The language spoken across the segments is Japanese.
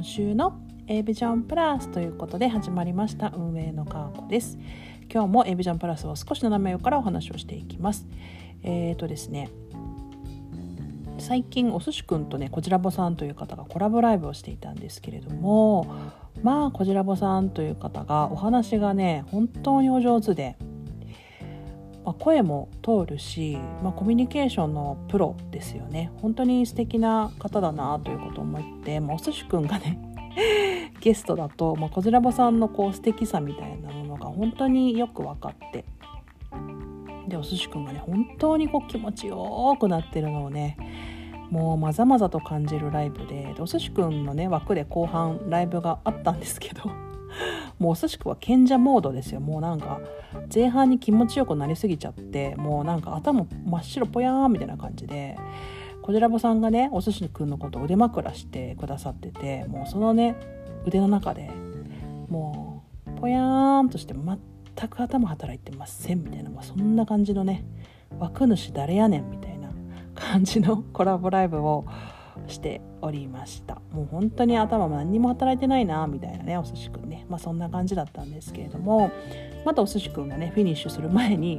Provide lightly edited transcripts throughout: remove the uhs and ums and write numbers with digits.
週の A ビジョンプラスということで始まりました運営のかーこです。今日も A ビジョンプラスを少し斜めからお話をしていきます。ですね、最近お寿司くんとねこじらぼさんという方がコラボライブをしていたんですけれども、こじらぼさんという方がお話がね本当にお上手で、声も通るし、コミュニケーションのプロですよね。本当に素敵な方だなということを思って、お寿司くんがねゲストだと、こじらぼさんの素敵さみたいなものが本当によく分かって、でお寿司くんがね本当に気持ちよくなってるのをねもうまざまざと感じるライブで、お寿司くんのね枠で後半ライブがあったんですけどもうお寿司くんは賢者モードですよ。もう前半に気持ちよくなりすぎちゃって、もう頭真っ白ぽやーんみたいな感じで、こじらぼさんがねお寿司くんのことを腕枕してくださってて、もうそのね腕の中でもうぽやーんとして全く頭働いてませんみたいな、そんな感じのね枠主誰やねんみたいな感じのコラボライブをしておりました。もう本当に頭も何にも働いてないなみたいなねお寿司くんね、そんな感じだったんですけれども、またお寿司くんがねフィニッシュする前に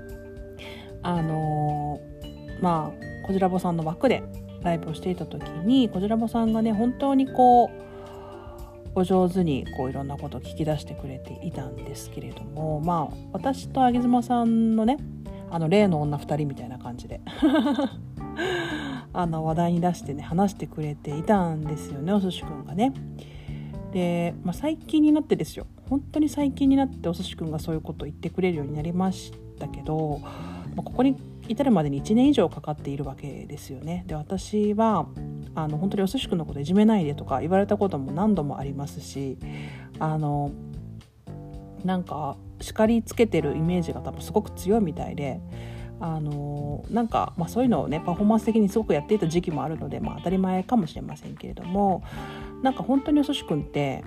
こじらぼさんの枠でライブをしていた時に、こじらぼさんがね本当にお上手にいろんなことを聞き出してくれていたんですけれども、私とあげずまさんのね例の女2人みたいな感じで話題に出してね話してくれていたんですよね、お寿司くんがね。で、最近になってですよ、本当に最近になってお寿司くんがそういうことを言ってくれるようになりましたけど、ここに至るまでに1年以上かかっているわけですよね。で、私は本当にお寿司くんのこといじめないでとか言われたことも何度もありますし、叱りつけてるイメージが多分すごく強いみたいで、そういうのをねパフォーマンス的にすごくやっていた時期もあるので、当たり前かもしれませんけれども、本当にお寿司くんって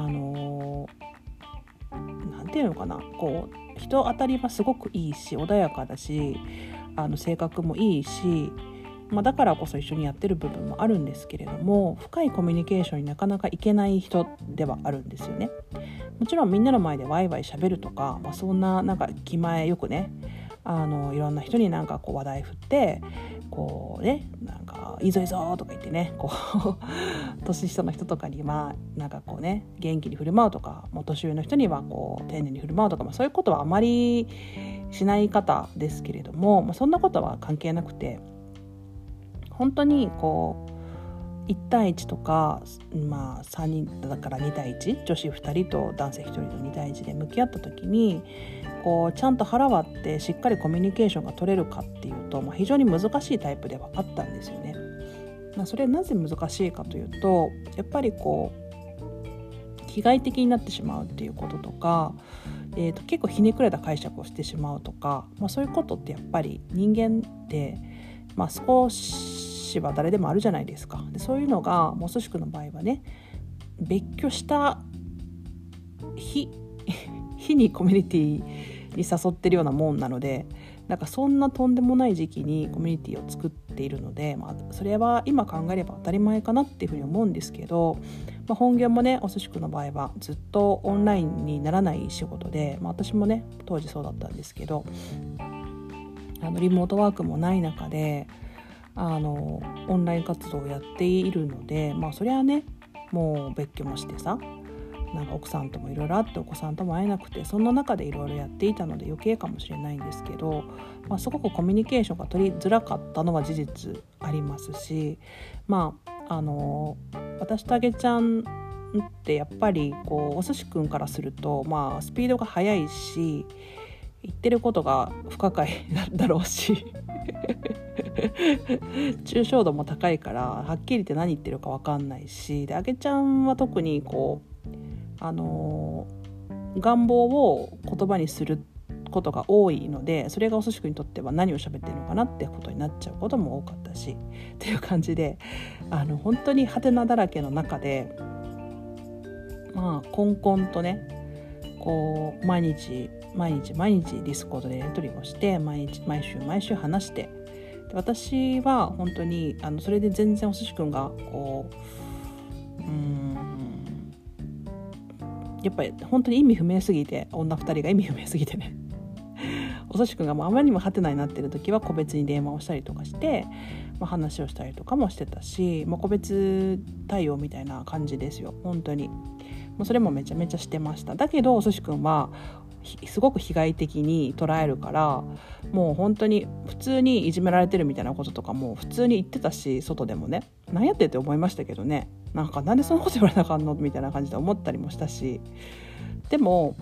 なんていうのかな、人当たりはすごくいいし穏やかだし性格もいいし、だからこそ一緒にやってる部分もあるんですけれども、深いコミュニケーションになかなかいけない人ではあるんですよね。もちろんみんなの前でワイワイ喋るとか、そんな気前よくねいろんな人に話題振っていいぞいいぞとか言ってね年下の人とかに元気に振る舞うとか、年上の人には丁寧に振る舞うとか、そういうことはあまりしない方ですけれども、そんなことは関係なくて、本当に1対1とか、3人だから2対1、女子2人と男性1人の2対1で向き合った時にちゃんと腹割ってしっかりコミュニケーションが取れるかっていうと、非常に難しいタイプではあったんですよね。それはなぜ難しいかというと、やっぱり被害的になってしまうっていうこととか、結構ひねくれた解釈をしてしまうとか、そういうことってやっぱり人間って少しは誰でもあるじゃないですか。でそういうのがお寿司くんの場合はね、別居した日にコミュニティに誘ってるようなもんなので、そんなとんでもない時期にコミュニティを作っているので、それは今考えれば当たり前かなっていうふうに思うんですけど、本業もねお寿司くんの場合はずっとオンラインにならない仕事で、私もね当時そうだったんですけど、リモートワークもない中でオンライン活動をやっているので、それはねもう別居もしてさ、奥さんともいろいろあってお子さんとも会えなくて、そんな中でいろいろやっていたので余計かもしれないんですけど、すごくコミュニケーションが取りづらかったのは事実ありますし、私とあげちゃんってやっぱりお寿司くんからすると、スピードが速いし言ってることが不可解だろうし抽象度も高いからはっきり言って何言ってるか分かんないし、であげちゃんは特に願望を言葉にすることが多いので、それがお寿司くんにとっては何を喋ってるのかなってことになっちゃうことも多かったしっていう感じで、本当にハテナだらけの中でこんこんとね毎日ディスコードでやり取りをして毎週話して、で私は本当にそれで全然お寿司くんがやっぱり本当に意味不明すぎて、女2人が意味不明すぎてねおそしくんがもうあまりにもハテナになってる時は個別に電話をしたりとかして、話をしたりとかもしてたし、個別対応みたいな感じですよ。本当にもうそれもめちゃめちゃしてました。だけどおそしくんはすごく被害的に捉えるから、もう本当に普通にいじめられてるみたいなこととかも普通に言ってたし、外でもね、何やってって思いましたけどね、なんでそんなこと言われなあかんのみたいな感じで思ったりもしたし、でも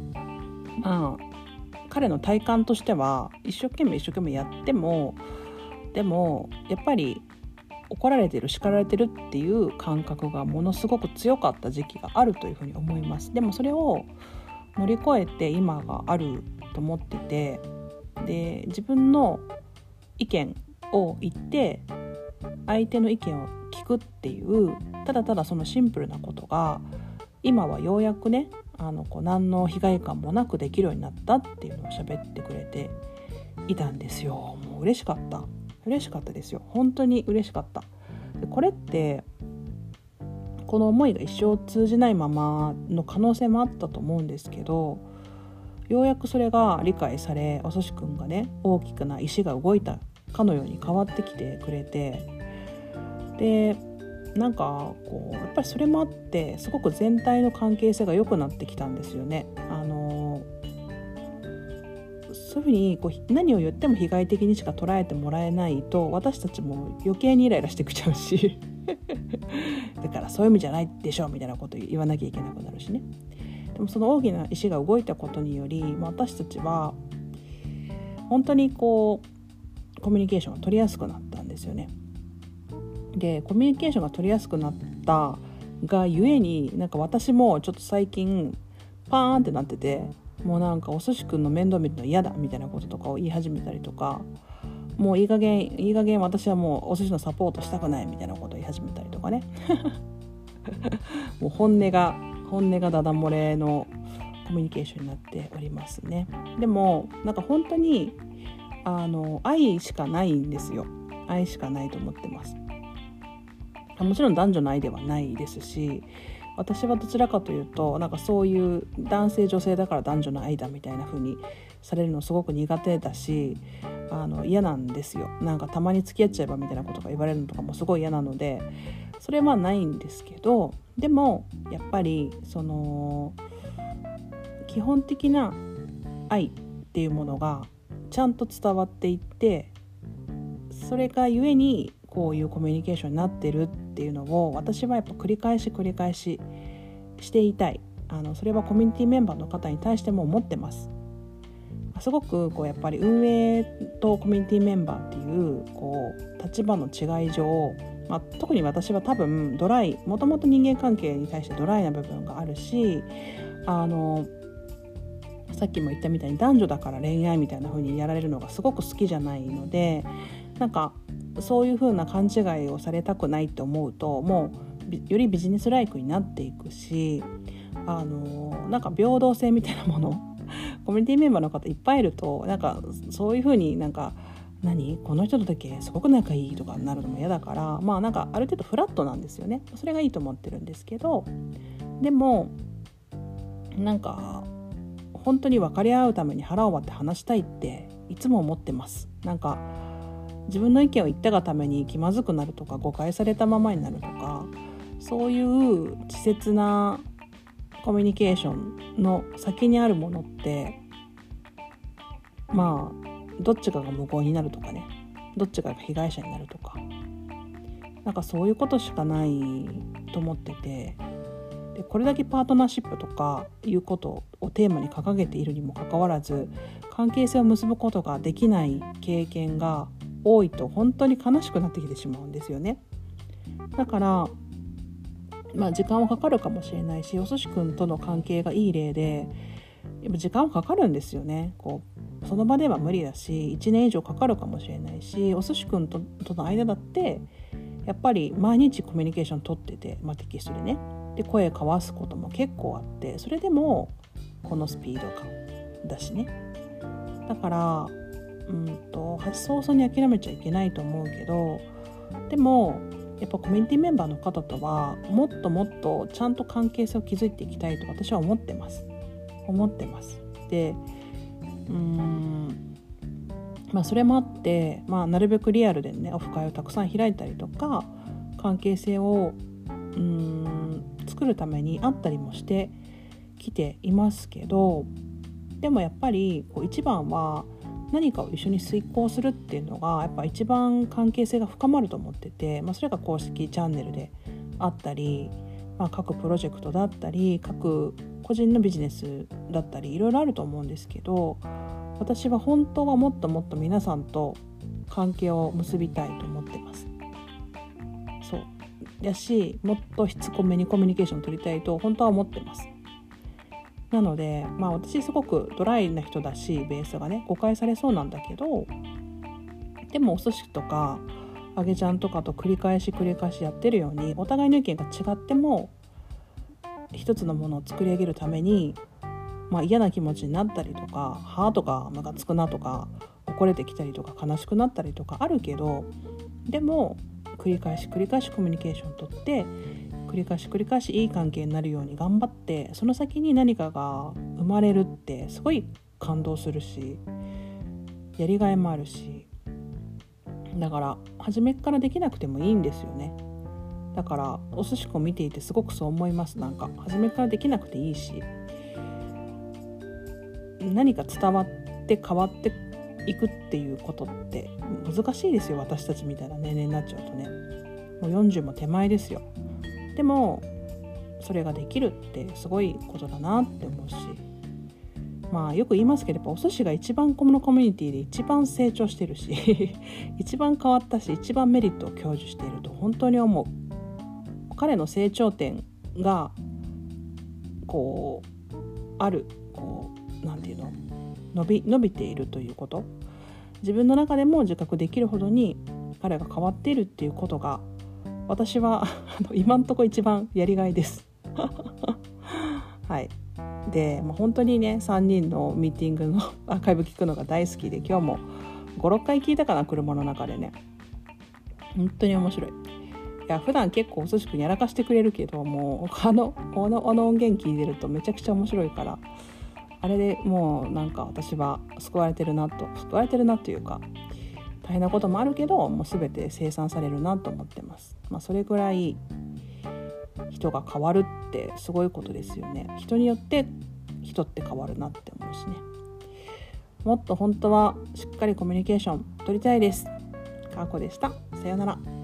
彼の体感としては一生懸命やっても、でもやっぱり怒られてる、叱られてるっていう感覚がものすごく強かった時期があるというふうに思います。でもそれを乗り越えて今があると思ってて、で自分の意見を言って相手の意見を聞くっていう、ただただそのシンプルなことが今はようやくね、何の被害感もなくできるようになったっていうのを喋ってくれていたんですよ。もう嬉しかったですよ。本当に嬉しかった。でこれってこの思いが一生通じないままの可能性もあったと思うんですけど、ようやくそれが理解され、おそしくんがね、大きくな石が動いたかのように変わってきてくれて、でやっぱりそれもあってすごく全体の関係性が良くなってきたんですよね。そういうふうに何を言っても被害的にしか捉えてもらえないと、私たちも余計にイライラしてきちゃうしだからそういう意味じゃないでしょみたいなことを言わなきゃいけなくなるしね。でもその大きな石が動いたことにより、私たちは本当にコミュニケーションが取りやすくなったんですよね。でコミュニケーションが取りやすくなったがゆえに、私もちょっと最近パーンってなってて、もうお寿司くんの面倒見るの嫌だみたいなこととかを言い始めたりとか、もういい加減私はもうお寿司のサポートしたくないみたいなことを言い始めたりとかねもう本音がダダ漏れのコミュニケーションになっておりますね。でも本当に愛しかないんですよ。愛しかないと思ってます。もちろん男女の愛ではないですし、私はどちらかというとそういう男性女性だから男女の愛だみたいな風にされるのすごく苦手だし、嫌なんですよ。たまに付き合っちゃえばみたいなことが言われるのとかもすごい嫌なので、それはないんですけど、でもやっぱりその基本的な愛っていうものがちゃんと伝わっていって、それがゆえにこういうコミュニケーションになってるっていうのを私はやっぱ繰り返ししていたい。それはコミュニティメンバーの方に対しても思ってます。すごくやっぱり運営とコミュニティメンバーっていう立場の違い上、特に私は多分もともと人間関係に対してドライな部分があるし、さっきも言ったみたいに男女だから恋愛みたいな風にやられるのがすごく好きじゃないので、そういう風な勘違いをされたくないと思うと、もうよりビジネスライクになっていくし、平等性みたいなものコミュニティメンバーの方いっぱいいるとそういう風にこの人とだけすごく仲いいとかなるのも嫌だから、ある程度フラットなんですよね。それがいいと思ってるんですけど、でも本当に分かり合うために腹を割って話したいっていつも思ってます。自分の意見を言ったがために気まずくなるとか誤解されたままになるとか、そういう稚拙なコミュニケーションの先にあるものって、どっちかが無効になるとかね、どっちかが被害者になるとか、そういうことしかないと思ってて、でこれだけパートナーシップとかいうことをテーマに掲げているにもかかわらず、関係性を結ぶことができない経験が多いと本当に悲しくなってきてしまうんですよね。だから時間はかかるかもしれないし、お寿司くんとの関係がいい例でやっぱ時間はかかるんですよね。その場では無理だし1年以上かかるかもしれないし、お寿司くんとの間だってやっぱり毎日コミュニケーション取ってて、テキストでね、で声交わすことも結構あって、それでもこのスピード感だしね。だから早々に諦めちゃいけないと思うけど、でもやっぱコミュニティメンバーの方とはもっともっとちゃんと関係性を築いていきたいと私は思ってます。でそれもあって、なるべくリアルでねオフ会をたくさん開いたりとか関係性を作るためにあったりもしてきていますけど、でもやっぱり一番は何かを一緒に遂行するっていうのがやっぱ一番関係性が深まると思ってて、それが公式チャンネルであったり、各プロジェクトだったり各個人のビジネスだったりいろいろあると思うんですけど、私は本当はもっともっと皆さんと関係を結びたいと思ってます。そうやし、もっとしつこめにコミュニケーションを取りたいと本当は思ってます。なので、私すごくドライな人だしベースがね誤解されそうなんだけど、でもお寿司とかあげちゃんとかと繰り返しやってるようにお互いの意見が違っても一つのものを作り上げるために、嫌な気持ちになったりとかとかムカつくなとか怒れてきたりとか悲しくなったりとかあるけど、でも繰り返しコミュニケーションをとって繰り返しいい関係になるように頑張って、その先に何かが生まれるってすごい感動するしやりがいもあるし、だから初めからできなくてもいいんですよね。だからお寿司子見ていてすごくそう思います。なんか初めからできなくていいし、何か伝わって変わっていくっていうことって難しいですよ。私たちみたいな年齢になっちゃうとね、もう40も手前ですよ。でもそれができるってすごいことだなって思うし、よく言いますけどやっぱお寿司が一番このコミュニティで一番成長してるし一番変わったし一番メリットを享受していると本当に思う。彼の成長点があるなんていうの伸びているということ、自分の中でも自覚できるほどに彼が変わっているっていうことが私は今んとこ一番やりがいですはい。で、本当にね3人のミーティングのアーカイブ聞くのが大好きで、今日も 5,6 回聞いたかな、車の中でね。本当に面白い。いや普段結構お寿司くんやらかしてくれるけど、もうあの音源聞いてるとめちゃくちゃ面白いから、あれでもうなんか私は救われてるなというか、大変なこともあるけどもう全て清算されるなと思ってます。それぐらい人が変わるってすごいことですよね。人によって人って変わるなって思うしね。もっと本当はしっかりコミュニケーション取りたいです。かーこでした。さよなら。